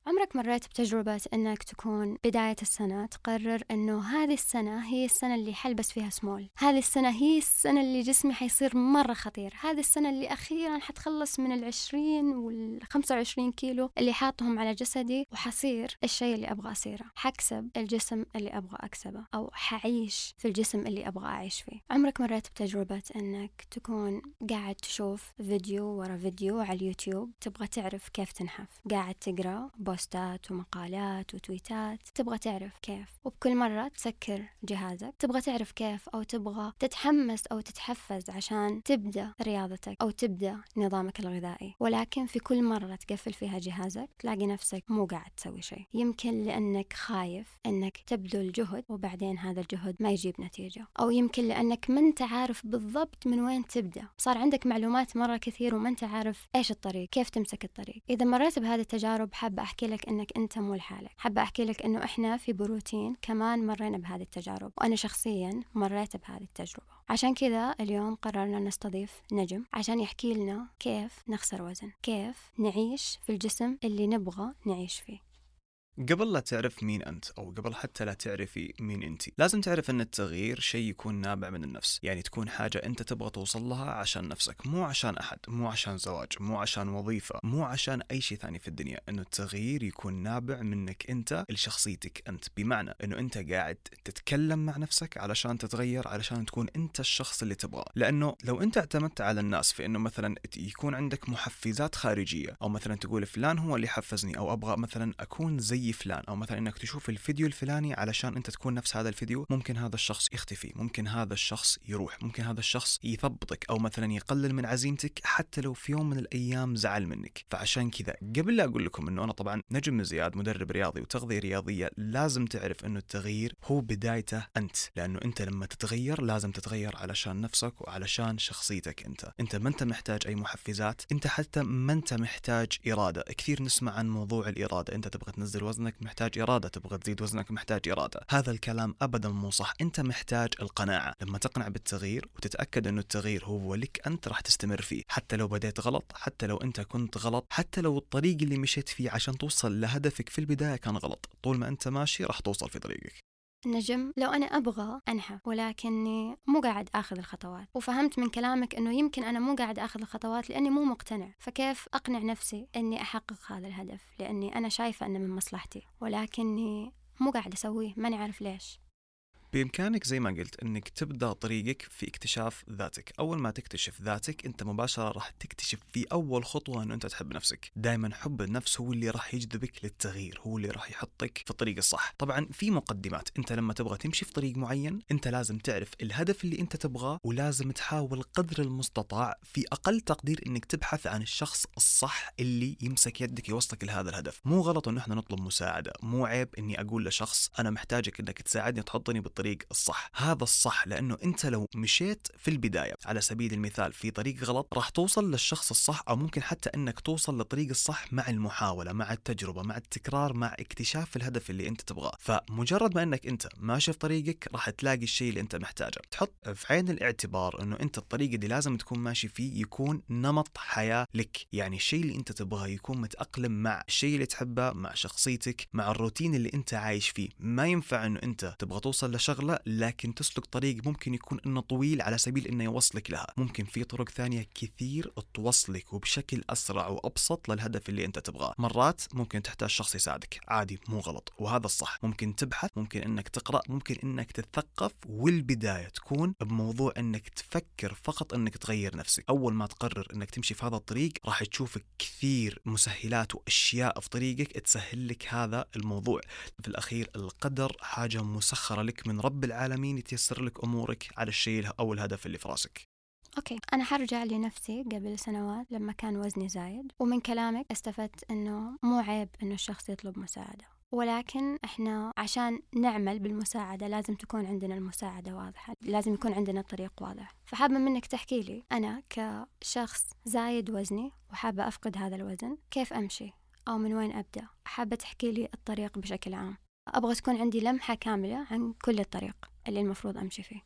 عمرك مريت بتجربة أنك تكون بداية السنة تقرر أنه هذه السنة هي السنة اللي حلبس فيها سمول، هذه السنة هي السنة اللي جسمي حيصير مرة خطير، هذه السنة اللي أخيرا حتخلص من 20 وال25 كيلو اللي حاطهم على جسدي وحصير الشيء اللي أبغى أصيره، حكسب الجسم اللي أبغى أكسبه أو حعيش في الجسم اللي أبغى أعيش فيه. عمرك مريت بتجربة أنك تكون قاعد تشوف فيديو ورا فيديو على اليوتيوب تبغى تعرف كيف تنحف، قاعد تقرأ بوستات ومقالات وتويتات تبغى تعرف كيف، وبكل مرة تسكر جهازك تبغى تعرف كيف، أو تبغى تتحمس أو تتحفز عشان تبدأ رياضتك أو تبدأ نظامك الغذائي، ولكن في كل مرة تقفل فيها جهازك تلاقي نفسك مو قاعد تسوي شيء، يمكن لأنك خايف أنك تبذل جهد وبعدين هذا الجهد ما يجيب نتيجة، أو يمكن لأنك ما أنت عارف بالضبط من وين تبدأ، صار عندك معلومات مرة كثير وما أنت عارف إيش الطريق، كيف تمسك الطريق. إذا مريت بهذه التجارب حابة أحكي لك أنك أنت مو لحالك، حابة أحكي لك أنه إحنا في بروتين كمان مرينا بهذه التجارب، وأنا شخصيا مريت بهذه التجربة. عشان كذا اليوم قررنا نستضيف نجم عشان يحكي لنا كيف نخسر وزن، كيف نعيش في الجسم اللي نبغى نعيش فيه. قبل لا تعرف مين أنت أو قبل حتى لا تعرفي مين أنت، لازم تعرف أن التغيير شيء يكون نابع من النفس، يعني تكون حاجة أنت تبغى توصل لها عشان نفسك، مو عشان أحد، مو عشان زواج، مو عشان وظيفة، مو عشان أي شيء ثاني في الدنيا. أنه التغيير يكون نابع منك أنت لشخصيتك أنت، بمعنى أنه أنت قاعد تتكلم مع نفسك علشان تتغير، علشان تكون أنت الشخص اللي تبغاه. لأنه لو أنت اعتمدت على الناس في أنه مثلا يكون عندك محفزات خارجية، أو مثلا تقول فلان هو اللي حفزني، أو أبغى مثلا أكون زي فلان، أو مثلا إنك تشوف الفيديو الفلاني علشان أنت تكون نفس هذا الفيديو، ممكن هذا الشخص يختفي، ممكن هذا الشخص يروح، ممكن هذا الشخص يثبطك أو مثلا يقلل من عزيمتك حتى لو في يوم من الأيام زعل منك. فعشان كذا قبل لا أقول لكم إنه أنا طبعا نجم زياد مدرب رياضي وتغذية رياضية، لازم تعرف إنه التغيير هو بدايته أنت، لأنه أنت لما تتغير لازم تتغير علشان نفسك وعلشان شخصيتك أنت ما أنت محتاج أي محفزات، أنت حتى ما أنت محتاج إرادة. كثير نسمع عن موضوع الإرادة، أنت تبغى تنزل وزنك محتاج إرادة، تبغى تزيد وزنك محتاج إرادة. هذا الكلام أبدا مو صح، أنت محتاج القناعة. لما تقنع بالتغيير وتتأكد أنه التغيير هو لك أنت، راح تستمر فيه حتى لو بديت غلط، حتى لو أنت كنت غلط، حتى لو الطريق اللي مشيت فيه عشان توصل لهدفك في البداية كان غلط، طول ما أنت ماشي راح توصل في طريقك. نجم، لو أنا أبغى أنحف ولكني مو قاعد أخذ الخطوات، وفهمت من كلامك أنه يمكن أنا مو قاعد أخذ الخطوات لأني مو مقتنع، فكيف أقنع نفسي أني أحقق هذا الهدف لأني أنا شايفة أنه من مصلحتي ولكني مو قاعد أسويه، ماني عارف ليش. بإمكانك زي ما قلت أنك تبدأ طريقك في اكتشاف ذاتك. أول ما تكتشف ذاتك أنت مباشرة راح تكتشف في أول خطوة أنه أنت تحب نفسك. دائما حب النفس هو اللي راح يجذبك للتغيير، هو اللي راح يحطك في الطريق الصح. طبعا في مقدمات، أنت لما تبغى تمشي في طريق معين أنت لازم تعرف الهدف اللي أنت تبغاه، ولازم تحاول قدر المستطاع في أقل تقدير أنك تبحث عن الشخص الصح اللي يمسك يدك يوصلك لهذا الهدف. مو غلط أنه احنا نطلب مساعدة، مو عيب أني أقول لشخص أنا محتاجك أنك تساعدني تحطني بالطريق الصح. هذا الصح، لأنه أنت لو مشيت في البداية على سبيل المثال في طريق غلط راح توصل للشخص الصح، أو ممكن حتى أنك توصل للطريق الصح مع المحاولة، مع التجربة، مع التكرار، مع اكتشاف الهدف اللي أنت تبغاه. فمجرد ما أنك أنت ماشي في طريقك راح تلاقي الشيء اللي أنت محتاجه. تحط في عين الاعتبار أنه أنت الطريق اللي لازم تكون ماشي فيه يكون نمط حياة لك، يعني الشيء اللي أنت تبغاه يكون متأقلم مع الشيء اللي تحبه، مع شخصيتك، مع الروتين اللي أنت عايش فيه. ما ينفع أنه أنت تبغى توصل لشغلة لكن تسلك طريق ممكن يكون انه طويل على سبيل انه يوصلك لها. ممكن في طرق ثانية كثير توصلك وبشكل اسرع وابسط للهدف اللي انت تبغاه. مرات ممكن تحتاج شخص يساعدك، عادي، مو غلط، وهذا الصح. ممكن تبحث، ممكن انك تقرأ، ممكن انك تتثقف، والبداية تكون بموضوع انك تفكر فقط انك تغير نفسك. اول ما تقرر انك تمشي في هذا الطريق راح تشوفك كثير مسهلات واشياء في طريقك تسهل لك هذا الموضوع. في الاخير القدر حاجة مسخرة لك من رب العالمين يتيسر لك أمورك على الشيء أو الهدف اللي في راسك. أوكي، أنا حرجع لنفسي قبل سنوات لما كان وزني زايد، ومن كلامك استفدت أنه مو عيب أنه الشخص يطلب مساعدة، ولكن إحنا عشان نعمل بالمساعدة لازم تكون عندنا المساعدة واضحة، لازم يكون عندنا طريق واضح. فحابة منك تحكي لي أنا كشخص زايد وزني وحابة أفقد هذا الوزن كيف أمشي أو من وين أبدأ. حابة تحكي لي الطريق بشكل عام، أبغى تكون عندي لمحة كاملة عن كل الطريق اللي المفروض أمشي فيه.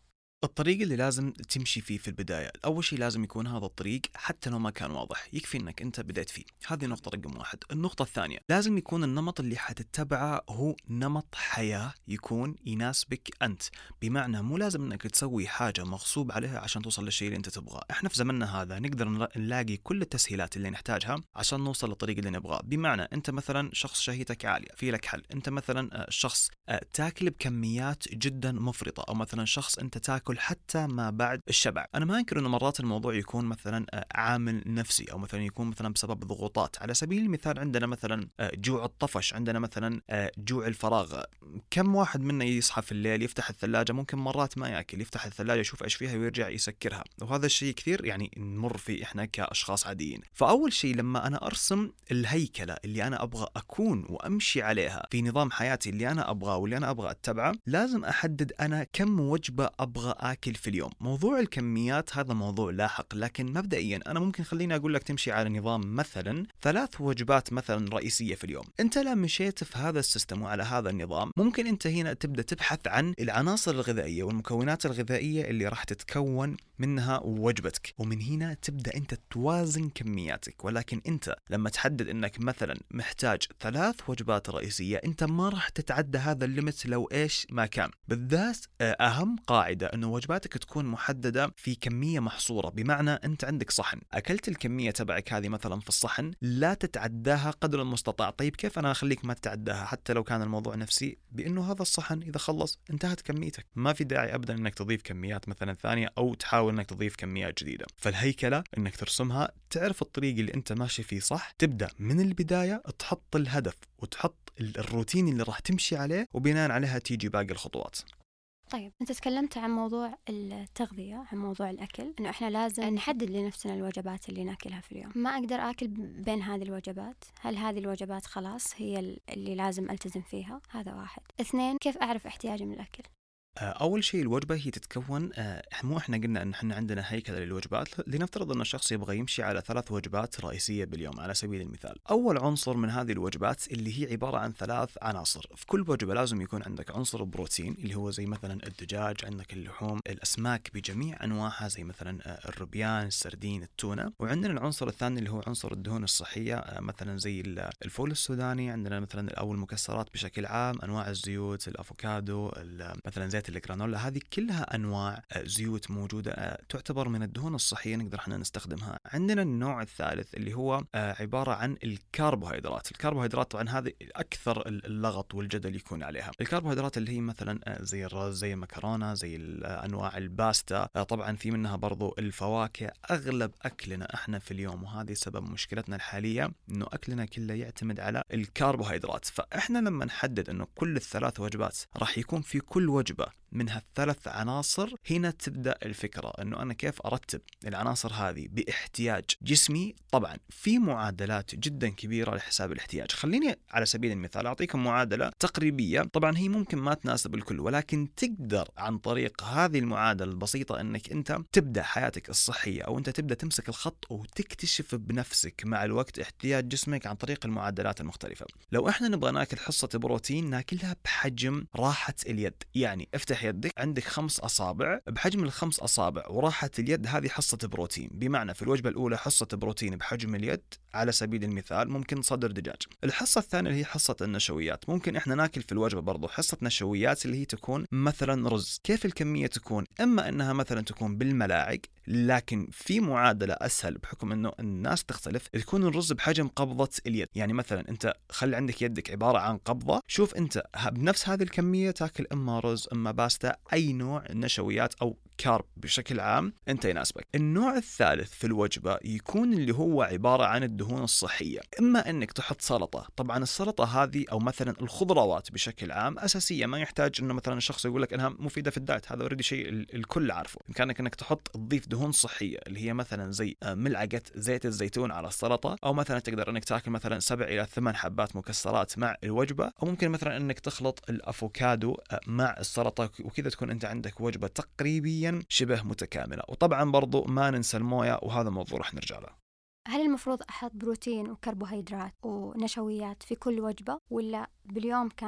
الطريق اللي لازم تمشي فيه في البداية، أول شيء لازم يكون هذا الطريق حتى لو ما كان واضح، يكفي أنك أنت بدأت فيه. هذه نقطة رقم 1. النقطة الثانية، لازم يكون النمط اللي حتتبعه هو نمط حياة يكون يناسبك أنت. بمعنى مو لازم أنك تسوي حاجة مغصوب عليها عشان توصل للشيء اللي أنت تبغاه. إحنا في زمننا هذا نقدر نلاقي كل التسهيلات اللي نحتاجها عشان نوصل للطريق اللي نبغاه. بمعنى أنت مثلا شخص شهيتك عالية، في لك حل. أنت مثلا شخص تاكل بكميات جدا مفرطة، أو مثلا شخص أنت تاكل حتى ما بعد الشبع. أنا ما أنكر إنه مرات الموضوع يكون مثلا عامل نفسي، أو مثلا يكون مثلا بسبب ضغوطات. على سبيل المثال عندنا مثلا جوع الطفش، عندنا مثلا جوع الفراغ. كم واحد منا يصحى في الليل يفتح الثلاجة، ممكن مرات ما يأكل، يفتح الثلاجة يشوف إيش فيها ويرجع يسكرها، وهذا الشيء كثير يعني نمر فيه إحنا كأشخاص عاديين. فأول شيء لما أنا أرسم الهيكلة اللي أنا أبغى أكون وأمشي عليها في نظام حياتي اللي أنا أبغاه واللي أنا أبغى أتبعه، لازم أحدد أنا كم وجبة أبغى آكل في اليوم. موضوع الكميات هذا موضوع لاحق، لكن مبدئيا أنا ممكن خليني أقول لك تمشي على نظام مثلا 3 وجبات مثلا رئيسية في اليوم. أنت لما مشيت في هذا السيستم وعلى هذا النظام، ممكن أنت هنا تبدأ تبحث عن العناصر الغذائية والمكونات الغذائية اللي راح تتكون منها وجبتك، ومن هنا تبدأ أنت توازن كمياتك. ولكن أنت لما تحدد أنك مثلا محتاج 3 وجبات رئيسية، أنت ما راح تتعدى هذا الليمت لو إيش ما كان. بالذات أهم قاعدة أنه وجباتك تكون محددة في كمية محصورة. بمعنى أنت عندك صحن، أكلت الكمية تبعك هذه مثلا في الصحن، لا تتعداها قدر المستطاع. طيب كيف أنا أخليك ما تتعداها حتى لو كان الموضوع نفسي؟ بأنه هذا الصحن إذا خلص انتهت كميتك، ما في داعي أبدا أنك تضيف كميات مثلا ثانية أو تحاول أنك تضيف كميات جديدة. فالهيكلة أنك ترسمها، تعرف الطريق اللي أنت ماشي فيه صح، تبدأ من البداية تحط الهدف وتحط الروتين اللي راح تمشي عليه، وبناء عليها تيجي باقي الخطوات. طيب أنت تكلمت عن موضوع التغذية، عن موضوع الأكل، إنه إحنا لازم نحدد لنفسنا الوجبات اللي ناكلها في اليوم. ما أقدر آكل بين هذه الوجبات، هل هذه الوجبات خلاص هي اللي لازم ألتزم فيها؟ هذا 1. 2، كيف أعرف احتياجي من الأكل؟ أول شيء الوجبة هي تتكون، مو إحنا قلنا أن إحنا عندنا هيكلة للوجبات. لنفترض أن الشخص يبغى يمشي على 3 وجبات رئيسية باليوم على سبيل المثال. أول عنصر من هذه الوجبات اللي هي عبارة عن 3 عناصر. في كل وجبة لازم يكون عندك عنصر بروتين اللي هو زي مثلا الدجاج، عندك اللحوم، الأسماك بجميع أنواعها زي مثلا الربيان، السردين، التونة. وعندنا العنصر الثاني اللي هو عنصر الدهون الصحية، مثلا زي الفول السوداني، عندنا مثلا أو المكسرات بشكل عام، أنواع الزيوت، الأفوكادو، مثلا زيت الجرانولا. هذه كلها أنواع زيوت موجودة تعتبر من الدهون الصحية، نقدر احنا نستخدمها. عندنا النوع الثالث اللي هو عبارة عن الكربوهيدرات. الكربوهيدرات طبعا هذه أكثر اللغط والجدل يكون عليها. الكربوهيدرات اللي هي مثلا زي الرز، زي المكرونة، زي أنواع الباستا. طبعا في منها برضو الفواكه. أغلب أكلنا احنا في اليوم، وهذه سبب مشكلتنا الحالية، إنه أكلنا كله يعتمد على الكربوهيدرات. فإحنا لما نحدد إنه كل ال3 وجبات راح يكون في كل وجبة منها 3 عناصر، هنا تبدأ الفكرة أنه أنا كيف أرتب العناصر هذه باحتياج جسمي. طبعا في معادلات جدا كبيرة لحساب الاحتياج. خليني على سبيل المثال أعطيكم معادلة تقريبية. طبعا هي ممكن ما تناسب الكل، ولكن تقدر عن طريق هذه المعادلة البسيطة أنك أنت تبدأ حياتك الصحية، أو أنت تبدأ تمسك الخط وتكتشف بنفسك مع الوقت احتياج جسمك عن طريق المعادلات المختلفة. لو احنا نبغى ناكل حصة بروتين، ناكلها بحجم راحة اليد. يعني افتح يدك، عندك 5 أصابع، بحجم ال5 أصابع وراحة اليد، هذه حصة بروتين. بمعنى في الوجبة الأولى حصة بروتين بحجم اليد على سبيل المثال ممكن صدر دجاج. الحصة الثانية اللي هي حصة النشويات، ممكن احنا ناكل في الوجبة برضو حصة نشويات اللي هي تكون مثلا رز. كيف الكمية تكون؟ اما انها مثلا تكون بالملاعق، لكن في معادلة أسهل بحكم أنه الناس تختلف، تكون الرز بحجم قبضة اليد. يعني مثلا أنت خلي عندك يدك عبارة عن قبضة، شوف أنت بنفس هذه الكمية تاكل إما رز إما باستا، أي نوع نشويات أو كارب بشكل عام أنت يناسبك. النوع الثالث في الوجبة يكون اللي هو عبارة عن الدهون الصحية. إما أنك تحط سلطة. طبعا السلطة هذه أو مثلا الخضروات بشكل عام أساسية، ما يحتاج أنه مثلا الشخص يقول لك أنها مفيدة في الدايت، هذا أوريدي شيء الكل عارفه. بإمكانك أنك تضيف دهون صحية اللي هي مثلا زي ملعقة زيت الزيتون على السلطة، أو مثلا تقدر أنك تاكل مثلا 7 إلى 8 حبات مكسرات مع الوجبة، أو ممكن مثلا أنك تخلط الأفوكادو مع السلطة، وكذا تكون أنت عندك وجبة تقريبيا شبه متكاملة. وطبعا برضو ما ننسى الموية، وهذا موضوع رح نرجع له. هل المفروض أحط بروتين وكربوهيدرات ونشويات في كل وجبة، ولا باليوم كامل؟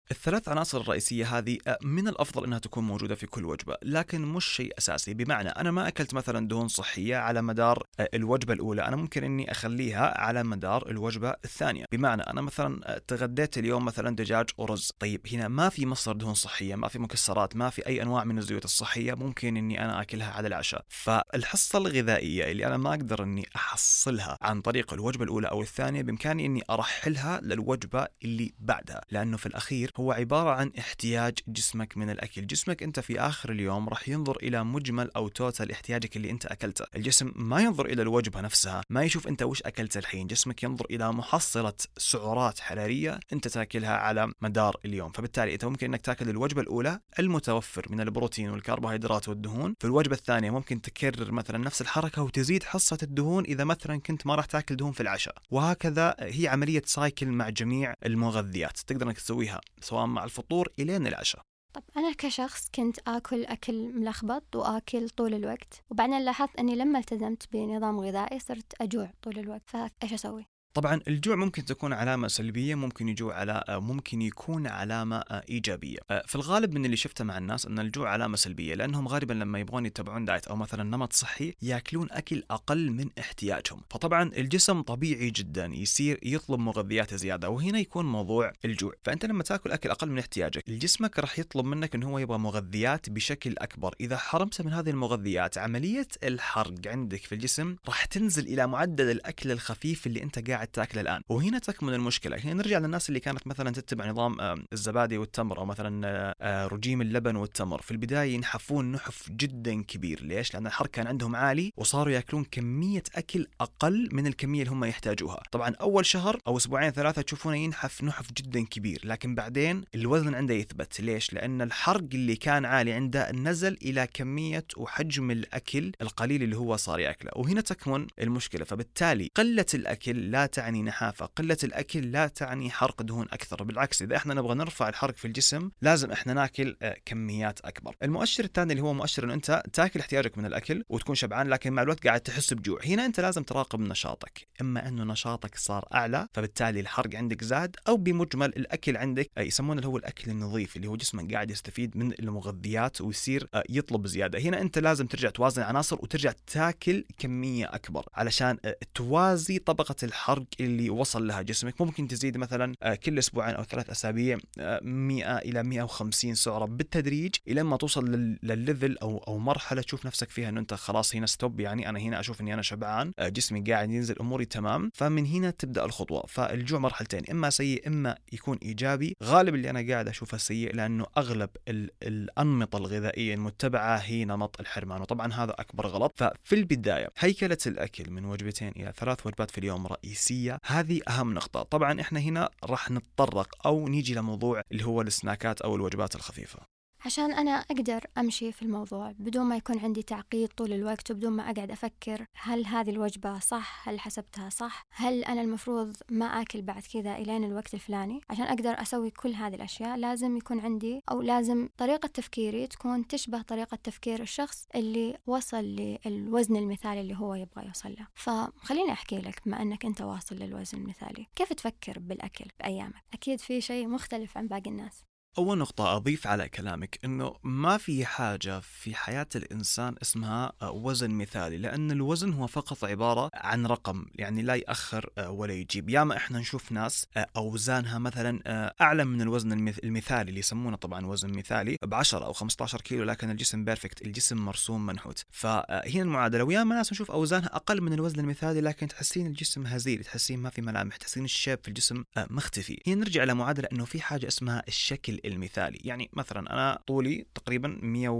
الثلاث عناصر الرئيسية هذه من الأفضل أنها تكون موجودة في كل وجبة، لكن مش شيء أساسي. بمعنى أنا ما أكلت مثلا دهون صحية على مدار الوجبة الأولى، أنا ممكن أني أخليها على مدار الوجبة الثانية. بمعنى أنا مثلا تغديت اليوم مثلا دجاج ورز، طيب هنا ما في مصدر دهون صحية، ما في مكسرات، ما في أي أنواع من الزيوت الصحية، ممكن أني أنا أكلها على العشاء. فالحصة الغذائية اللي أنا ما أقدر أني أحصلها عن طريق الوجبة الأولى أو الثانية، بإمكاني أني أرحلها للوجبة اللي بعدها، لأنه في الأخير هو عبارة عن احتياج جسمك من الأكل. جسمك أنت في آخر اليوم راح ينظر إلى مجمل أو توتال احتياجك اللي أنت أكلته. الجسم ما ينظر إلى الوجبة نفسها، ما يشوف أنت وش أكلت الحين، جسمك ينظر إلى محصلة سعرات حرارية أنت تاكلها على مدار اليوم. فبالتالي أنت ممكن أنك تاكل الوجبة الأولى المتوفر من البروتين والكربوهيدرات والدهون، في الوجبة الثانية ممكن تكرر مثلا نفس الحركة وتزيد حصة الدهون إذا مثلا كنت ما راح تاكل دهون في العشاء. وهكذا هي عملية سايكل مع جميع المغذيات، تقدر أنك تسويها سواء مع الفطور إلين العشاء. طب أنا كشخص كنت آكل أكل ملخبط وآكل طول الوقت، وبعدين لاحظت أني لما التزمت بنظام غذائي صرت أجوع طول الوقت، فإيش أسوي؟ طبعا الجوع ممكن تكون علامة سلبية، ممكن يكون علامة إيجابية. في الغالب من اللي شفته مع الناس أن الجوع علامة سلبية، لأنهم غالبا لما يبغون يتبعون دايت أو مثلا نمط صحي يأكلون أكل أقل من احتياجهم، فطبعا الجسم طبيعي جدا يصير يطلب مغذيات زيادة، وهنا يكون موضوع الجوع. فأنت لما تأكل أكل أقل من احتياجك، جسمك راح يطلب منك أنه هو يبغى مغذيات بشكل أكبر. إذا حرمت من هذه المغذيات، عملية الحرق عندك في الجسم راح تنزل إلى معدل الأكل الخفيف اللي أنت قاعد تاكله الآن، وهنا تكمن المشكلة. هنا نرجع للناس اللي كانت مثلا تتبع نظام الزبادي والتمر أو مثلا رجيم اللبن والتمر، في البداية ينحفون نحف جدا كبير. ليش؟ لأن الحرق كان عندهم عالي وصاروا يأكلون كمية أكل أقل من الكمية اللي هم يحتاجوها. طبعا أول شهر أو أسبوعين ثلاثة تشوفونه ينحف نحف جدا كبير، لكن بعدين الوزن عنده يثبت. ليش؟ لأن الحرق اللي كان عالي عنده نزل إلى كمية وحجم الأكل القليل اللي هو صار يأكله، وهنا تكمن المشكلة. فبالتالي قلة الأكل لا تعني نحافة، قلة الأكل لا تعني حرق دهون أكثر. بالعكس، إذا إحنا نبغى نرفع الحرق في الجسم لازم إحنا ناكل كميات أكبر. المؤشر الثاني اللي هو مؤشر إنه أنت تاكل احتياجك من الأكل وتكون شبعان، لكن مع الوقت قاعد تحس بجوع. هنا أنت لازم تراقب نشاطك، إما إنه نشاطك صار أعلى فبالتالي الحرق عندك زاد، أو بمجمل الأكل عندك يسمونه اللي هو الأكل النظيف، اللي هو جسمك قاعد يستفيد من المغذيات ويصير يطلب زيادة. هنا أنت لازم ترجع توازن عناصر وترجع تاكل كمية أكبر علشان توازي طبقة الحرق اللي وصل لها جسمك. ممكن تزيد مثلا كل أسبوعين أو 3 أسابيع 100 إلى 150 سعرة بالتدريج، إلى ما توصل للليفل أو مرحلة تشوف نفسك فيها أنه أنت خلاص هنا ستوب، يعني أنا هنا أشوف أني أنا شبعان، جسمي قاعد ينزل، أموري تمام. فمن هنا تبدأ الخطوة. فالجوع مرحلتين، إما سيء إما يكون إيجابي. غالب اللي أنا قاعد أشوفه سيء، لأنه أغلب الأنمطة الغذائية المتبعة هي نمط الحرمان، وطبعا هذا أكبر غلط. ففي البداية هيكلة الأكل من 2 إلى 3 وجبات في اليوم رئيسية، هذه أهم نقطة. طبعا إحنا هنا راح نتطرق أو نيجي لموضوع اللي هو السناكات أو الوجبات الخفيفة، عشان أنا أقدر أمشي في الموضوع بدون ما يكون عندي تعقيد طول الوقت، وبدون ما أقعد أفكر هل هذه الوجبة صح، هل حسبتها صح، هل أنا المفروض ما أكل بعد كذا إلين الوقت الفلاني. عشان أقدر أسوي كل هذه الأشياء لازم يكون عندي، أو لازم طريقة تفكيري تكون تشبه طريقة تفكير الشخص اللي وصل للوزن المثالي اللي هو يبغى يوصل له. فخليني أحكي لك، بما أنك أنت واصل للوزن المثالي، كيف تفكر بالأكل بأيامك؟ أكيد في شيء مختلف عن باقي الناس. أول نقطة أضيف على كلامك إنه ما في حاجة في حياة الإنسان اسمها وزن مثالي، لأن الوزن هو فقط عبارة عن رقم، يعني لا يأخر ولا يجيب. ياما إحنا نشوف ناس أوزانها مثلا أعلى من الوزن المثالي اللي يسمونه طبعا وزن مثالي ب10 أو 15 كيلو، لكن الجسم بيرفكت، الجسم مرسوم منحوت. فهنا المعادلة. وياما ناس نشوف أوزانها أقل من الوزن المثالي لكن تحسين الجسم هزيل، تحسين ما في ملامح، تحسين الشيب في الجسم مختفي. هنا نرجع لمعادلة إنه في حاجة اسمها الشكل المثالي. يعني مثلا أنا طولي تقريبا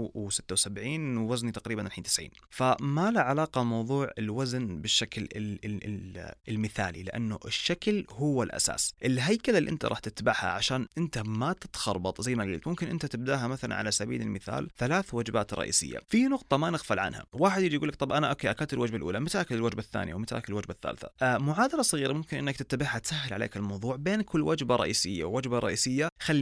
176 ووزني تقريبا الحين 90، فما له علاقة موضوع الوزن بالشكل المثالي، لأنه الشكل هو الأساس. الهيكلة اللي أنت راح تتبعها عشان أنت ما تتخربط زي ما قلت، ممكن أنت تبدأها مثلا على سبيل المثال 3 وجبات رئيسية. في نقطة ما نغفل عنها، واحد يجي يقول لك طب أنا أوكي أكلت الوجبة الأولى، متى أكل الوجبة الثانية ومتى أكل الوجبة الثالثة؟ معادلة صغيرة ممكن أنك تتبعها تسهل عليك الموضوع. بين كل وجبة رئيسية ووجبة رئيسية خلي عندك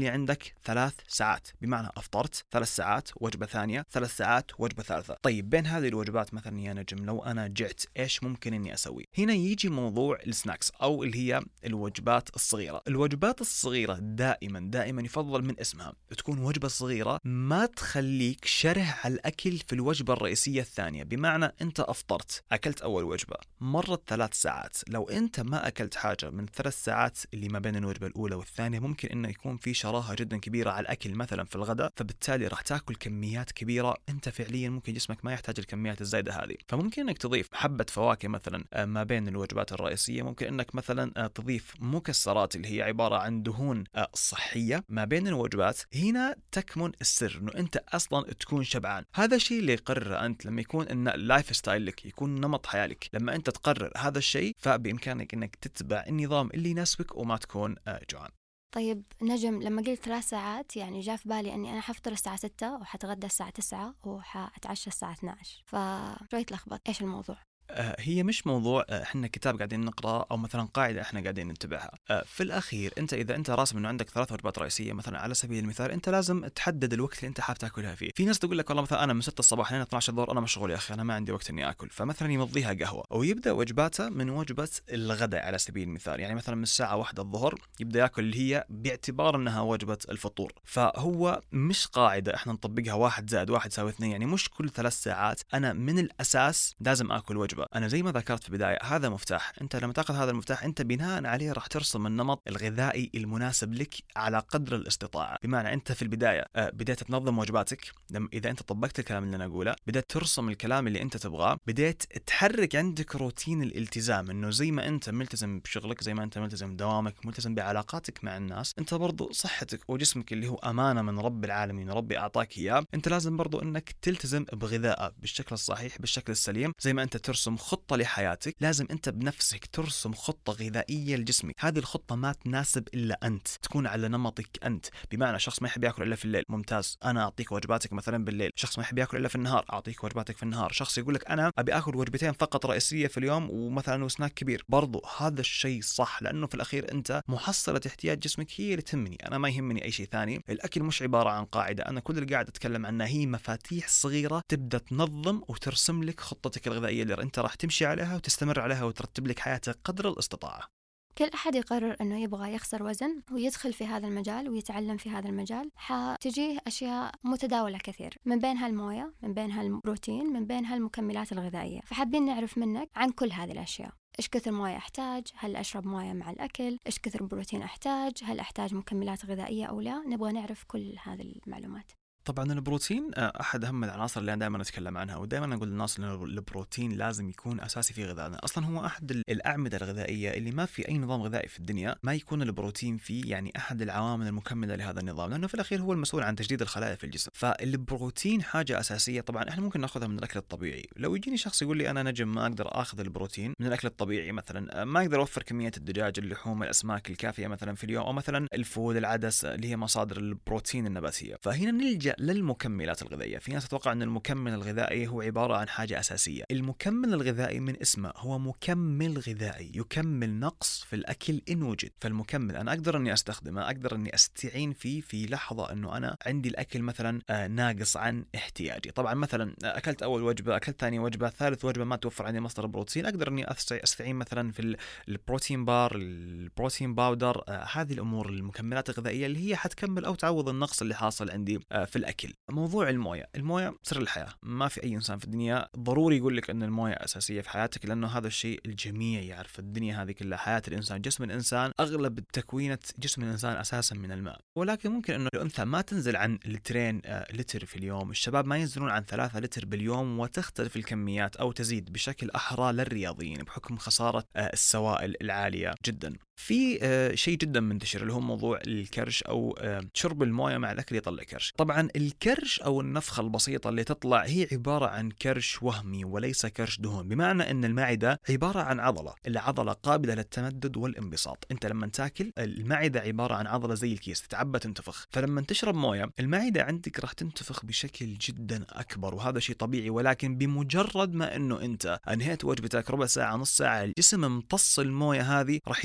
عندك 3 ساعات، بمعنى أفطرت 3 ساعات وجبة ثانية، 3 ساعات وجبة ثالثة. طيب بين هذه الوجبات مثلا يا نجم لو أنا جعت إيش ممكن إني أسوي؟ هنا يجي موضوع السناكس أو اللي هي الوجبات الصغيرة. الوجبات الصغيرة دائما يفضل من اسمها تكون وجبة صغيرة ما تخليك شره على الأكل في الوجبة الرئيسية الثانية. بمعنى أنت أفطرت، أكلت أول وجبة، مرت 3 ساعات، لو أنت ما أكلت حاجة من 3 ساعات اللي ما بين الوجبة الأولى والثانية ممكن إنه يكون في شراهة جدا كبيرة على الأكل مثلا في الغداء، فبالتالي راح تاكل كميات كبيرة أنت فعليا ممكن جسمك ما يحتاج الكميات الزايدة هذه. فممكن إنك تضيف حبة فواكه مثلا ما بين الوجبات الرئيسية، ممكن إنك مثلا تضيف مكسرات اللي هي عبارة عن دهون صحية ما بين الوجبات. هنا تكمن السر إنه أنت أصلا تكون شبعان. هذا الشيء اللي يقرر أنت لما يكون إن اللايف ستايل لك، يكون نمط حياتك، لما أنت تقرر هذا الشيء فبإمكانك إنك تتبع النظام اللي يناسبك وما تكون جوعان. طيب نجم، لما قلت 3 ساعات يعني جاء في بالي أني أنا حفطر الساعة 6 وحتغدى الساعة 9 وحأتعشى الساعة 12، فشوي تلخبط. إيش الموضوع؟ هي مش موضوع احنا كتاب قاعدين نقرأ او مثلا قاعده احنا قاعدين نتبعها. في الاخير انت اذا انت راسم انه عندك 3 وجبات رئيسيه مثلا على سبيل المثال، انت لازم تحدد الوقت اللي انت حاب تاكلها فيه. في ناس تقول لك والله مثلا انا من 6 الصباح لين 12 الظهر انا مشغول يا اخي، انا ما عندي وقت اني اكل، فمثلا يمضيها قهوه او يبدا وجباته من وجبه الغداء على سبيل المثال. يعني مثلا من الساعه 1 الظهر يبدا ياكل اللي هي باعتبار انها وجبه الفطور. فهو مش قاعده احنا نطبقها 1 زائد 1 يساوي 2، يعني مش كل 3 ساعات انا من الاساس لازم اكل وجبه. انا زي ما ذكرت في البداية هذا مفتاح، أنت لما تأخذ هذا المفتاح أنت بناء عليه راح ترسم النمط الغذائي المناسب لك على قدر الاستطاعة. بمعنى أنت في البداية بديت تنظم وجباتك، إذا أنت طبقت الكلام اللي أنا أقوله، بديت ترسم الكلام اللي أنت تبغاه، بديت تحرك عندك روتين الالتزام، إنه زي ما أنت ملتزم بشغلك، زي ما أنت ملتزم بدوامك، ملتزم بعلاقاتك مع الناس، أنت برضو صحتك وجسمك اللي هو أمانة من رب العالمين، ربي أعطاك إياه، أنت لازم برضو إنك تلتزم بغذائه بالشكل الصحيح بالشكل السليم. زي ما أنت ترسم خطة لحياتك لازم أنت بنفسك ترسم خطة غذائية لجسمك. هذه الخطة ما تناسب إلا أنت، تكون على نمطك أنت. بمعنى شخص ما يحب يأكل إلا في الليل، ممتاز، أنا أعطيك وجباتك مثلا بالليل. شخص ما يحب يأكل إلا في النهار، أعطيك وجباتك في النهار. شخص يقول لك أنا أبي أكل وجبتين فقط رئيسية في اليوم ومثلا وسناك كبير، برضو هذا الشيء صح، لأنه في الأخير أنت محصلة احتياج جسمك هي اللي تهمني، أنا ما يهمني أي شيء ثاني. الأكل مش عبارة عن قاعدة، أنا كل اللي قاعد أتكلم عنها هي مفاتيح صغيرة تبدأ تنظم وترسم لك خطتك الغذائية اللي أنت راح تمشي عليها وتستمر عليها وترتب لك حياتك قدر الاستطاعة. كل أحد يقرر أنه يبغى يخسر وزن ويدخل في هذا المجال ويتعلم في هذا المجال، حتجيه أشياء متداولة كثير، من بينها الموية، من بينها البروتين، من بينها المكملات الغذائية. فحابين نعرف منك عن كل هذه الأشياء. إيش كثر موية أحتاج؟ هل أشرب موية مع الأكل؟ إيش كثر بروتين أحتاج؟ هل أحتاج مكملات غذائية أو لا؟ نبغى نعرف كل هذه المعلومات. طبعا البروتين أحد أهم العناصر اللي أنا دائما أتكلم عنها، ودائما أقول للناس أن البروتين لازم يكون أساسي في غذائنا. أصلا هو أحد الأعمدة الغذائية اللي ما في أي نظام غذائي في الدنيا ما يكون البروتين فيه، يعني أحد العوامل المكملة لهذا النظام، لأنه في الأخير هو المسؤول عن تجديد الخلايا في الجسم. فالبروتين حاجة أساسية. طبعا إحنا ممكن نأخذها من الأكل الطبيعي. لو يجيني شخص يقول لي أنا نجم ما أقدر أخذ البروتين من الأكل الطبيعي، مثلا ما أقدر أوفر كمية الدجاج، اللحوم، الأسماك الكافية مثلا في اليوم، أو مثلا الفول، العدس اللي هي مصادر البروتين النباتية، فهنا نلجأ للمكملات الغذائية. في ناس تتوقع أن المكمل الغذائي هو عبارة عن حاجة أساسية. المكمل الغذائي من اسمه هو مكمل غذائي، يكمل نقص في الأكل إن وجد. فالمكمل أنا أقدر أني أستخدمه، أقدر أني أستعين فيه في لحظة أنه أنا عندي الأكل مثلا ناقص عن احتياجي. طبعا مثلا أكلت أول وجبة، أكلت ثاني وجبة، ثالث وجبة ما توفر عندي مصدر بروتين، أقدر أني أستعين مثلا في البروتين بار، البروتين باودر، هذه الأمور المكملات الغذائية اللي هي حتكمل أو تعوض النقص اللي حاصل عندي في الأكل. موضوع الموية سر الحياة. ما في أي إنسان في الدنيا ضروري يقول لك أن الموية أساسية في حياتك، لأنه هذا الشيء الجميع يعرف. الدنيا هذه كلها حياة الإنسان، جسم الإنسان أغلب تكوينة جسم الإنسان أساسا من الماء. ولكن ممكن أنه الأنثى ما تنزل عن 2 لتر في اليوم، الشباب ما ينزلون عن 3 لتر باليوم، وتختلف الكميات أو تزيد بشكل أحرى للرياضيين بحكم خسارة السوائل العالية جدا. في شيء جدا منتشر اللي هو موضوع الكرش أو شرب الموية مع الأكل يطلع كرش. طبعا الكرش أو النفخة البسيطة اللي تطلع هي عبارة عن كرش وهمي وليس كرش دهون، بمعنى أن المعدة عبارة عن عضلة، العضلة قابلة للتمدد والانبساط. أنت لما تاكل المعدة عبارة عن عضلة زي الكيس تتعبى تنتفخ، فلما تشرب موية المعدة عندك راح تنتفخ بشكل جدا أكبر، وهذا شيء طبيعي. ولكن بمجرد ما أنه أنت أنهيت وجبتك ربع ساعة نص ساعة الجسم امتص الموية هذه راح يرجع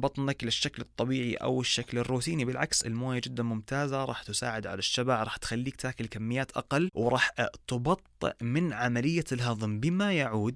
بطنك للشكل الطبيعي أو الشكل الروتيني. بالعكس الموية جدا ممتازة، راح تساعد على الشبع، راح تخليك تاكل كميات أقل، وراح تبطئ من عملية الهضم بما يعود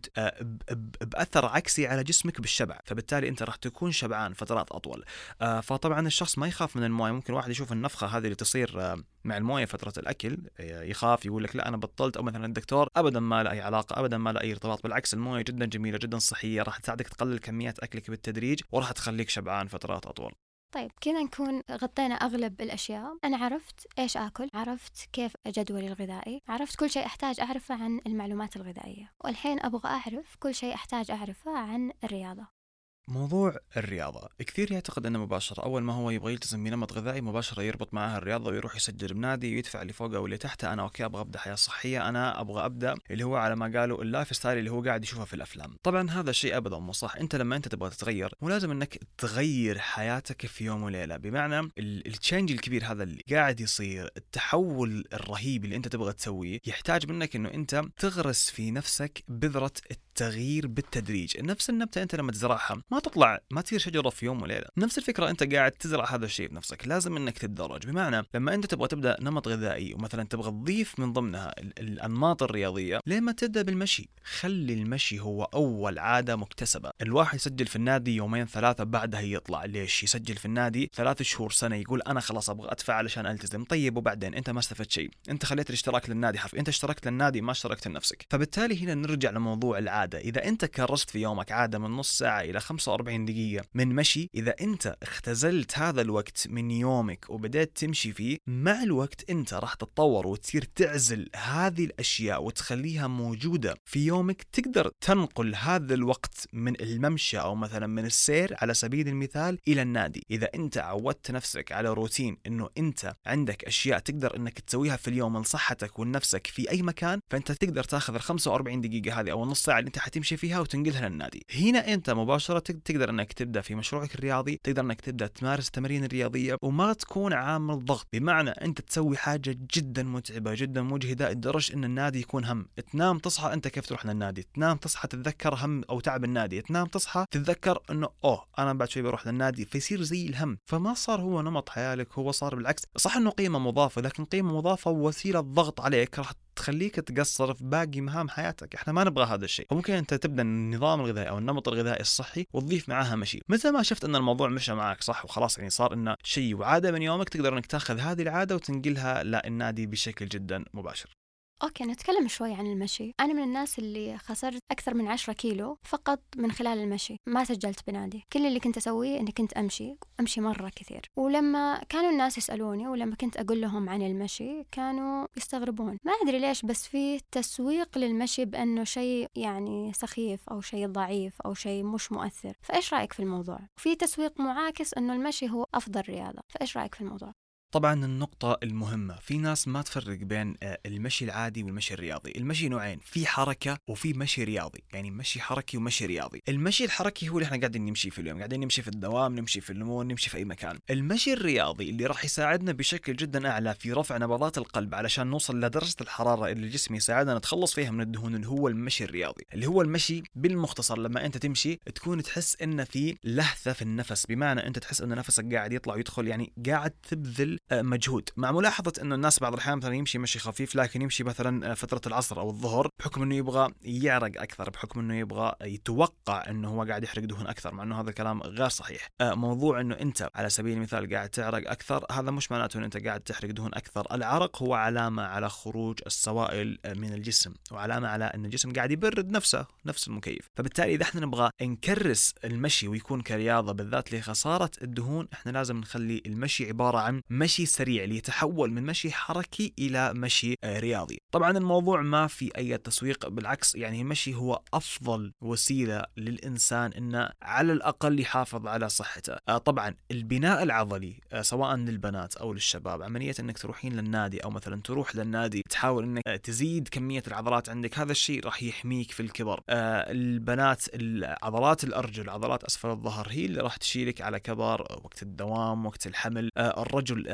بأثر عكسي على جسمك بالشبع، فبالتالي أنت راح تكون شبعان فترات أطول. فطبعا الشخص ما يخاف من الموية. ممكن واحد يشوف النفخة هذه اللي تصير مع الموية فترة الأكل يخاف، يقول لك لا أنا بطلت، أو مثلا الدكتور، أبدا ما له أي علاقة، أبدا ما له أي ارتباط. بالعكس الموية جدا جميلة، جدا صحية، راح تساعدك تقلل كميات أكلك بالتدريج، وراح تخليك شبعان فترات أطول. طيب كذا نكون غطينا أغلب الأشياء. أنا عرفت إيش أكل، عرفت كيف جدولي الغذائي، عرفت كل شيء أحتاج أعرفه عن المعلومات الغذائية، والحين أبغى أعرف كل شيء أحتاج أعرفه عن الرياضة. موضوع الرياضة كثير يعتقد أنه مباشرة، أول ما هو يبغى يلتزم بنمط غذائي مباشرة يربط معها الرياضة ويروح يسجل بنادي ويدفع اللي فوقه واللي تحته. أنا أوكي أبغى أبدأ حياة صحية، أنا أبغى أبدأ اللي هو على ما قالوا اللايف ستايل اللي هو قاعد يشوفه في الأفلام. طبعا هذا الشيء أبدا مو صح. أنت لما أنت تبغى تتغير مو لازم أنك تغير حياتك في يوم وليلة. بمعنى التشينج الكبير هذا اللي قاعد يصير، التحول الرهيب اللي أنت تبغى تسويه، يحتاج منك أنه أنت تغرس في نفسك بذرة التغيير بالتدريج. نفس النبتة أنت لما تزرعها ما تطلع ما تصير شجرة في يوم وليلة. نفس الفكرة أنت قاعد تزرع هذا الشيء بنفسك، لازم أنك تتدرج. بمعنى لما أنت تبغى تبدأ نمط غذائي ومثلا تبغى تضيف من ضمنها الأنماط الرياضية، ليه ما تبدأ بالمشي؟ خلي المشي هو أول عادة مكتسبة. الواحد يسجل في النادي يومين ثلاثة بعدها يطلع. ليش يسجل في النادي 3 شهور سنة يقول أنا خلاص أبغى أدفع علشان ألتزم؟ طيب وبعدين أنت ما استفدت شيء، أنت خليت الاشتراك للنادي حرف، أنت اشتركت للنادي ما اشتركت لنفسك. فبالتالي هنا نرجع لموضوع العادة. إذا أنت كرست في يومك عادة من نص ساعة إلى 45 دقيقة من مشي، إذا أنت اختزلت هذا الوقت من يومك وبدأت تمشي فيه، مع الوقت أنت راح تتطور وتصير تعزل هذه الأشياء وتخليها موجودة في يومك. تقدر تنقل هذا الوقت من الممشى أو مثلا من السير على سبيل المثال إلى النادي. إذا أنت عودت نفسك على روتين أنه أنت عندك أشياء تقدر أنك تسويها في اليوم لصحتك ولنفسك في أي مكان، فأنت تقدر تاخذ ال 45 دقيقة هذه أو النص ساعة اللي أنت حتمشي فيها وتنقلها للنادي. هنا أنت مباشرة تقدر أنك تبدأ في مشروعك الرياضي، تقدر أنك تبدأ تمارس التمارين الرياضية وما تكون عامل ضغط. بمعنى أنت تسوي حاجة جدا متعبة جدا مجهدة لدرجة أن النادي يكون هم. تنام تصحى أنت كيف تروح للنادي، تنام تصحى تتذكر هم أو تعب النادي، تنام تصحى تتذكر أنه أنا بعد شوي بروح للنادي، فيصير زي الهم. فما صار هو نمط حياة لك، هو صار بالعكس. صح أنه قيمة مضافة، لكن قيمة مضافة ووسيلة ضغط عليك راح تخليك تقصر في باقي مهام حياتك. احنا ما نبغى هذا الشيء. فممكن انت تبدا النظام الغذائي او النمط الغذائي الصحي وتضيف معاها مشي. متى ما شفت ان الموضوع مشى معك صح وخلاص يعني صار انه شيء وعاده من يومك، تقدر انك تاخذ هذه العاده وتنقلها للنادي بشكل جدا مباشر. أوكي نتكلم شوي عن المشي. أنا من الناس اللي خسرت أكثر من 10 كيلو فقط من خلال المشي. ما سجلت بنادي، كل اللي كنت أسويه إني كنت أمشي مرة كثير. ولما كانوا الناس يسألوني ولما كنت أقول لهم عن المشي كانوا يستغربون، ما أدري ليش، بس في تسويق للمشي بأنه شيء يعني سخيف أو شيء ضعيف أو شيء مش مؤثر. فإيش رأيك في الموضوع؟ في تسويق معاكس إنه المشي هو أفضل رياضة، فإيش رأيك في الموضوع؟ طبعا النقطة المهمة، في ناس ما تفرق بين المشي العادي والمشي الرياضي. المشي نوعين، في حركة وفي مشي رياضي، يعني مشي حركي ومشي رياضي. المشي الحركي هو اللي احنا قاعدين نمشي في اليوم، قاعدين نمشي في الدوام، نمشي في المول، نمشي في أي مكان. المشي الرياضي اللي راح يساعدنا بشكل جدا أعلى في رفع نبضات القلب علشان نوصل لدرجة الحرارة اللي الجسم يساعدنا نتخلص فيها من الدهون، اللي هو المشي الرياضي. اللي هو المشي بالمختصر لما أنت تمشي تكون تحس إن في لهثة في النفس، بمعنى أنت تحس إن نفسك قاعد يطلع ويدخل، يعني قاعد تبذل مجهود. مع ملاحظة انه الناس بعض الأحيان مثلا يمشي مشي خفيف، لكن يمشي مثلا فترة العصر او الظهر بحكم انه يبغى يعرق اكثر، بحكم انه يبغى يتوقع انه هو قاعد يحرق دهون اكثر، مع انه هذا الكلام غير صحيح. موضوع انه انت على سبيل المثال قاعد تعرق اكثر، هذا مش معناته ان انت قاعد تحرق دهون اكثر. العرق هو علامة على خروج السوائل من الجسم، وعلامة على ان الجسم قاعد يبرد نفسه، نفس المكيف. فبالتالي اذا احنا نبغى نكرس المشي ويكون كرياضة بالذات لخسارة الدهون، احنا لازم نخلي المشي عبارة عن مشي سريع ليتحول من مشي حركي إلى مشي رياضي. طبعا الموضوع ما في أي تسويق، بالعكس يعني المشي هو أفضل وسيلة للإنسان إنه على الأقل يحافظ على صحته. طبعا البناء العضلي سواء للبنات أو للشباب، عملية إنك تروحين للنادي أو مثلا تروح للنادي تحاول إنك تزيد كمية العضلات عندك، هذا الشيء راح يحميك في الكبر. البنات عضلات الأرجل، عضلات أسفل الظهر هي اللي راح تشيلك على كبر وقت الدوام، وقت الحمل. الرجل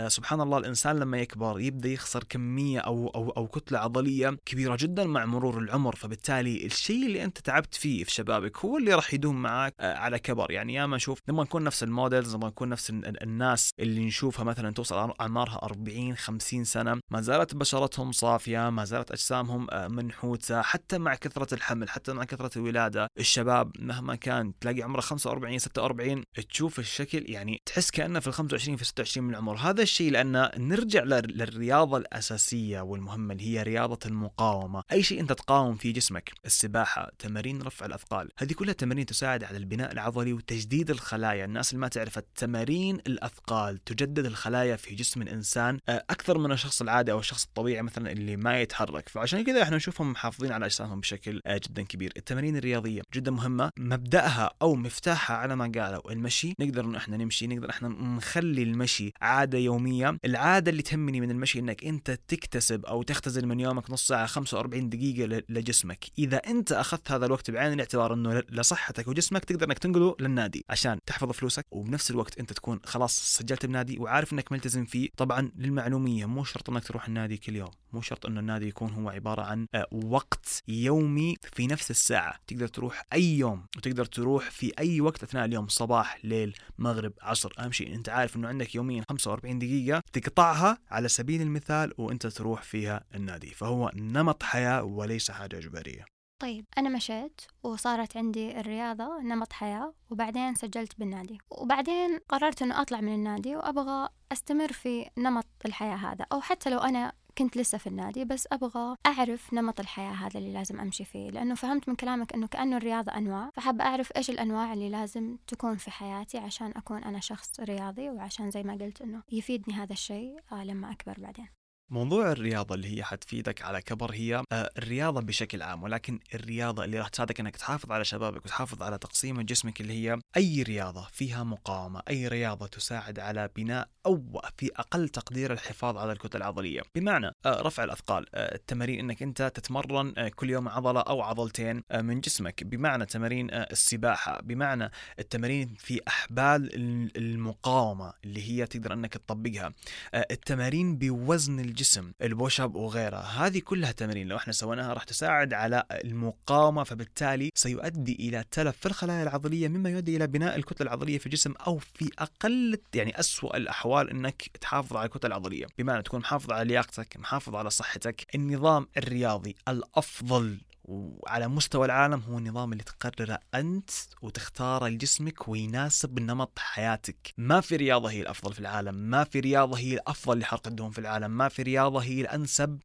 سبحان الله الإنسان لما يكبر يبدأ يخسر كمية أو كتلة عضلية كبيرة جدا مع مرور العمر، فبالتالي الشيء اللي أنت تعبت فيه في شبابك هو اللي راح يدوم معك على كبر. يعني ياما نشوف لما نكون نفس المودلز، لما نكون نفس الناس اللي نشوفها مثلا توصل أعمارها 40-50 سنة ما زالت بشرتهم صافية، ما زالت أجسامهم منحوتة، حتى مع كثرة الحمل، حتى مع كثرة الولادة. الشباب مهما كان تلاقي عمره 45-46 تشوف الشكل يعني تحس كأنه في 25 في 26 من العمر. هذا الشيء لأن نرجع للرياضة الأساسية والمهمة اللي هي رياضة المقاومة. أي شيء أنت تقاوم في جسمك، السباحة، تمارين رفع الأثقال، هذه كلها تمارين تساعد على البناء العضلي وتجديد الخلايا. الناس اللي ما تعرف تمارين الأثقال تجدد الخلايا في جسم الإنسان أكثر من الشخص العادي أو الشخص الطبيعي مثلا اللي ما يتحرك، فعشان كذا احنا نشوفهم محافظين على أجسامهم بشكل جدا كبير. التمارين الرياضية جدا مهمة، مبدأها أو مفتاحها على ما قالوا المشي. نقدر إنه احنا نمشي، نقدر احنا نخلي المشي عادة يومية. العادة اللي تهمني من المشي إنك أنت تكتسب أو تختزل من يومك نص ساعة 45 دقيقة لجسمك. إذا أنت أخذت هذا الوقت بعين الاعتبار إنه لصحتك وجسمك تقدر إنك تنقله للنادي عشان تحفظ فلوسك، وبنفس الوقت أنت تكون خلاص سجلت بنادي وعارف إنك ملتزم فيه. طبعا للمعلومية مو شرط إنك تروح النادي كل يوم، مو شرط إنه النادي يكون هو عبارة عن وقت يومي في نفس الساعة. تقدر تروح أي يوم وتقدر تروح في أي وقت أثناء اليوم، صباح ليل مغرب عصر. أهم شيء أنت عارف إنه عندك يوميا 45 دقيقة تقطعها على سبيل المثال وأنت تروح فيها النادي، فهو نمط حياة وليس حاجة إجبارية. طيب أنا مشيت وصارت عندي الرياضة نمط حياة، وبعدين سجلت بالنادي، وبعدين قررت أنه أطلع من النادي وأبغى أستمر في نمط الحياة هذا، أو حتى لو أنا كنت لسه في النادي بس أبغى أعرف نمط الحياة هذا اللي لازم أمشي فيه، لأنه فهمت من كلامك أنه كأنه الرياضة أنواع، فحب أعرف إيش الأنواع اللي لازم تكون في حياتي عشان أكون أنا شخص رياضي، وعشان زي ما قلت أنه يفيدني هذا الشيء لما أكبر بعدين. موضوع الرياضة اللي هي حتفيدك على كبر هي الرياضة بشكل عام، ولكن الرياضة اللي راح تساعدك انك تحافظ على شبابك وتحافظ على تقسيم جسمك اللي هي اي رياضة فيها مقاومة، اي رياضة تساعد على بناء او في اقل تقدير الحفاظ على الكتلة العضلية. بمعنى رفع الاثقال، التمارين انك انت تتمرن كل يوم عضلة او عضلتين من جسمك، بمعنى تمارين السباحة، بمعنى التمارين في احبال المقاومة اللي هي تقدر انك تطبقها، التمارين بوزن الجسم، البوشاب وغيرها. هذه كلها تمارين لو احنا سويناها راح تساعد على المقاومة، فبالتالي سيؤدي الى تلف في الخلايا العضلية مما يؤدي الى بناء الكتلة العضلية في الجسم، او في اقل يعني اسوأ الاحوال انك تحافظ على الكتلة العضلية، بمعنى تكون محافظ على لياقتك، محافظ على صحتك. النظام الرياضي الافضل وعلى مستوى العالم هو النظام اللي تقرره أنت وتختاره لجسمك ويناسب نمط حياتك. ما في رياضة هي الأفضل في العالم، ما في رياضة هي الأفضل لحرق الدهون في العالم، ما في رياضة هي الأنسب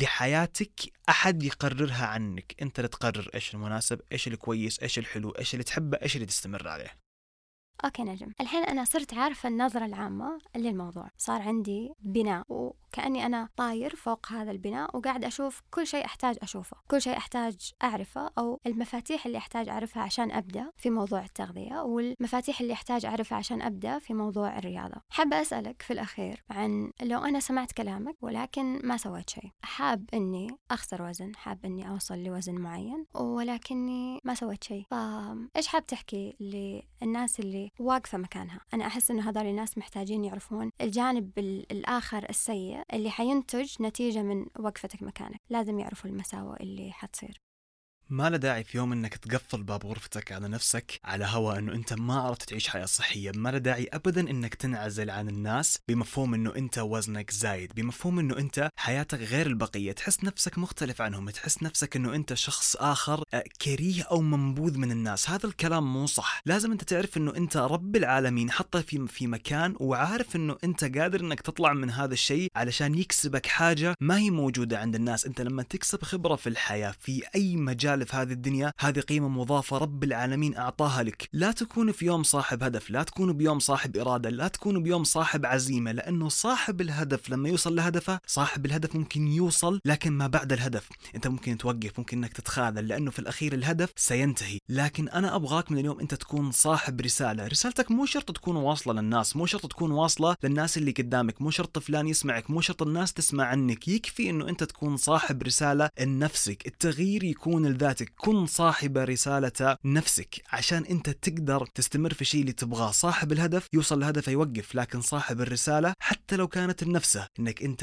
لحياتك أحد يقررها عنك. أنت اللي تقرر إيش المناسب، إيش الكويس، إيش الحلو، إيش اللي تحبه، إيش اللي تستمر عليه. أوكي نجم، الحين أنا صرت عارفة النظرة العامة للموضوع، صار عندي بناء وكأني أنا طاير فوق هذا البناء وقاعد أشوف كل شيء أحتاج أشوفه، كل شيء أحتاج أعرفه، أو المفاتيح اللي أحتاج أعرفها عشان أبدأ في موضوع التغذية، والمفاتيح اللي أحتاج أعرفها عشان أبدأ في موضوع الرياضة. حابة أسألك في الأخير عن لو أنا سمعت كلامك ولكن ما سويت شيء، حاب أني أخسر وزن، حاب أني أوصل لوزن معين ولكني ما سويت شيء، فإيش حاب تحكي للناس اللي واقفة مكانها؟ أنا أحس إنه هذول الناس محتاجين يعرفون الجانب الآخر السيء اللي حينتج نتيجة من وقفتك مكانك، لازم يعرفوا المساوئ اللي حتصير. ما له داعي في يوم انك تقفل باب غرفتك على نفسك على هوا انه انت ما عرفت تعيش حياة صحية. ما له داعي ابدا انك تنعزل عن الناس بمفهوم انه انت وزنك زايد، بمفهوم انه انت حياتك غير البقية، تحس نفسك مختلف عنهم، تحس نفسك انه انت شخص اخر كريه او منبوذ من الناس. هذا الكلام مو صح. لازم انت تعرف انه انت رب العالمين حطه في مكان، وعارف انه انت قادر انك تطلع من هذا الشيء علشان يكسبك حاجة ما هي موجودة عند الناس. انت لما تكسب خبرة في الحياة في اي مجال في هذه الدنيا، هذه قيمة مضافة رب العالمين أعطاها لك. لا تكون في يوم صاحب هدف، لا تكون بيوم صاحب إرادة، لا تكون بيوم صاحب عزيمة، لأنه صاحب الهدف لما يوصل لهدفه، صاحب الهدف ممكن يوصل لكن ما بعد الهدف أنت ممكن توقف، ممكن أنك تتخاذل، لأنه في الأخير الهدف سينتهي. لكن أنا أبغاك من اليوم أنت تكون صاحب رسالة. رسالتك مو شرط تكون واصلة للناس، مو شرط تكون واصلة للناس اللي قدامك، مو شرط فلان يسمعك، مو شرط الناس تسمع عنك. يكفي أنه أنت تكون صاحب رسالة لنفسك. التغيير يكون لذاتك. ذاتك، كن صاحب رسالة نفسك عشان أنت تقدر تستمر في شيء اللي تبغاه. صاحب الهدف يوصل لهدفه يوقف، لكن صاحب الرسالة حتى لو كانت النفسة إنك أنت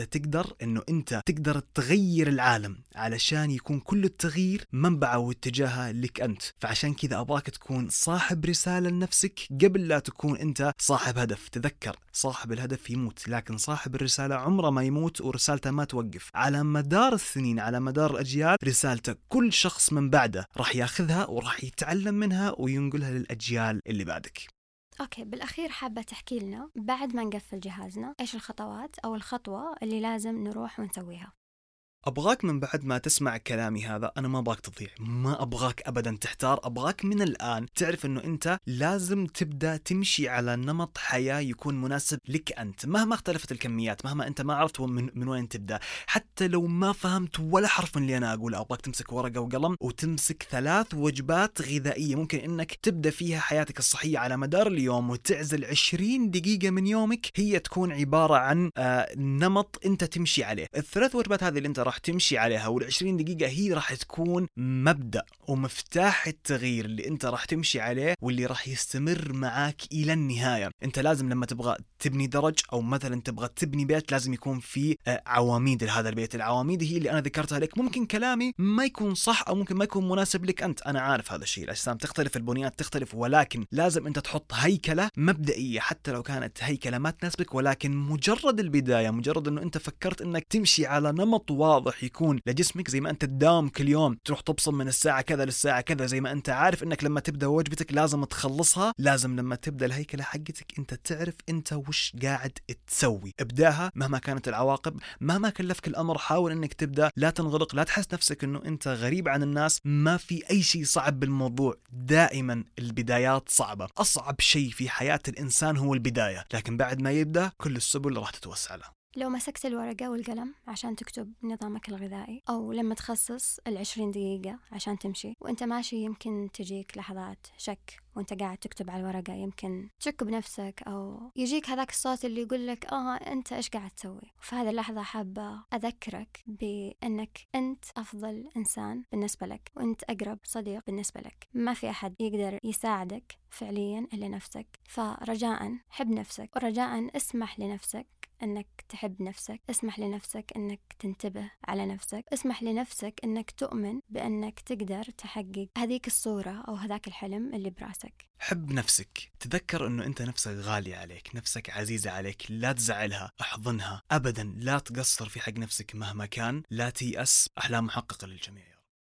تقدر تغير العالم علشان يكون كل التغيير منبعه واتجاهه لك أنت. فعشان كذا أبغاك تكون صاحب رسالة لنفسك قبل لا تكون أنت صاحب هدف. تذكر صاحب الهدف يموت، لكن صاحب الرسالة عمره ما يموت ورسالته ما توقف. على مدار السنين، على مدار الأجيال، رسالته كل شخص من بعده راح ياخذها وراح يتعلم منها وينقلها للأجيال اللي بعدك. أوكي، بالأخير حابة تحكي لنا بعد ما نقفل جهازنا إيش الخطوات أو الخطوة اللي لازم نروح ونسويها؟ أبغاك من بعد ما تسمع كلامي هذا، أنا ما أبغاك تضيع، ما أبغاك أبدا تحتار. أبغاك من الآن تعرف أنه أنت لازم تبدأ تمشي على نمط حياة يكون مناسب لك أنت، مهما اختلفت الكميات، مهما أنت ما عرفت من وين تبدأ، حتى لو ما فهمت ولا حرف من اللي أنا أقوله. أبغاك تمسك ورقة وقلم وتمسك 3 وجبات غذائية ممكن أنك تبدأ فيها حياتك الصحية على مدار اليوم، وتعزل 20 دقيقة من يومك هي تكون عبارة عن نمط أنت تمشي عليه. ال3 وجبات هذه اللي أنت راح تمشي عليها، وال20 دقيقة هي راح تكون مبدأ ومفتاح التغيير اللي انت راح تمشي عليه واللي راح يستمر معاك إلى النهاية. انت لازم لما تبغى تبني درج أو مثلا تبغى تبني بيت لازم يكون في عواميد لهذا البيت. العواميد هي اللي أنا ذكرتها لك. ممكن كلامي ما يكون صح أو ممكن ما يكون مناسب لك أنت، أنا عارف هذا الشيء، الأجسام تختلف، البنيات تختلف، ولكن لازم انت تحط هيكلة مبدئية حتى لو كانت هيكلة ما تناسبك. ولكن مجرد البداية، مجرد انه انت فكرت انك تمشي على نمط واضح يكون لجسمك، زي ما انت تداوم كل يوم تروح تبصم من الساعة كذا للساعة كذا، زي ما انت عارف انك لما تبدأ وجبتك لازم تخلصها، لازم لما تبدأ الهيكلة حقتك انت تعرف انت وش قاعد تسوي. ابداها مهما كانت العواقب، مهما كلفك الامر، حاول انك تبدأ، لا تنغلق، لا تحس نفسك انه انت غريب عن الناس. ما في اي شيء صعب بالموضوع، دائما البدايات صعبة. اصعب شيء في حياة الانسان هو البداية، لكن بعد ما يبدأ كل السبل راح تتوسع له. لو مسكت الورقة والقلم عشان تكتب نظامك الغذائي، أو لما تخصص 20 دقيقة عشان تمشي وانت ماشي، يمكن تجيك لحظات شك وانت قاعد تكتب على الورقة، يمكن تشك بنفسك أو يجيك هذاك الصوت اللي يقول لك انت ايش قاعد تسوي. وفي هذه اللحظة حابة أذكرك بأنك انت أفضل إنسان بالنسبة لك، وانت أقرب صديق بالنسبة لك. ما في أحد يقدر يساعدك فعليا إلا نفسك. فرجاء حب نفسك، ورجاء اسمح لنفسك أنك تحب نفسك، اسمح لنفسك أنك تنتبه على نفسك، اسمح لنفسك أنك تؤمن بأنك تقدر تحقق هذيك الصورة أو هذاك الحلم اللي براسك. حب نفسك، تذكر أنه أنت نفسك غالية عليك، نفسك عزيزة عليك، لا تزعلها، احضنها أبدا، لا تقصر في حق نفسك مهما كان، لا تيأس، أحلام محققة للجميع.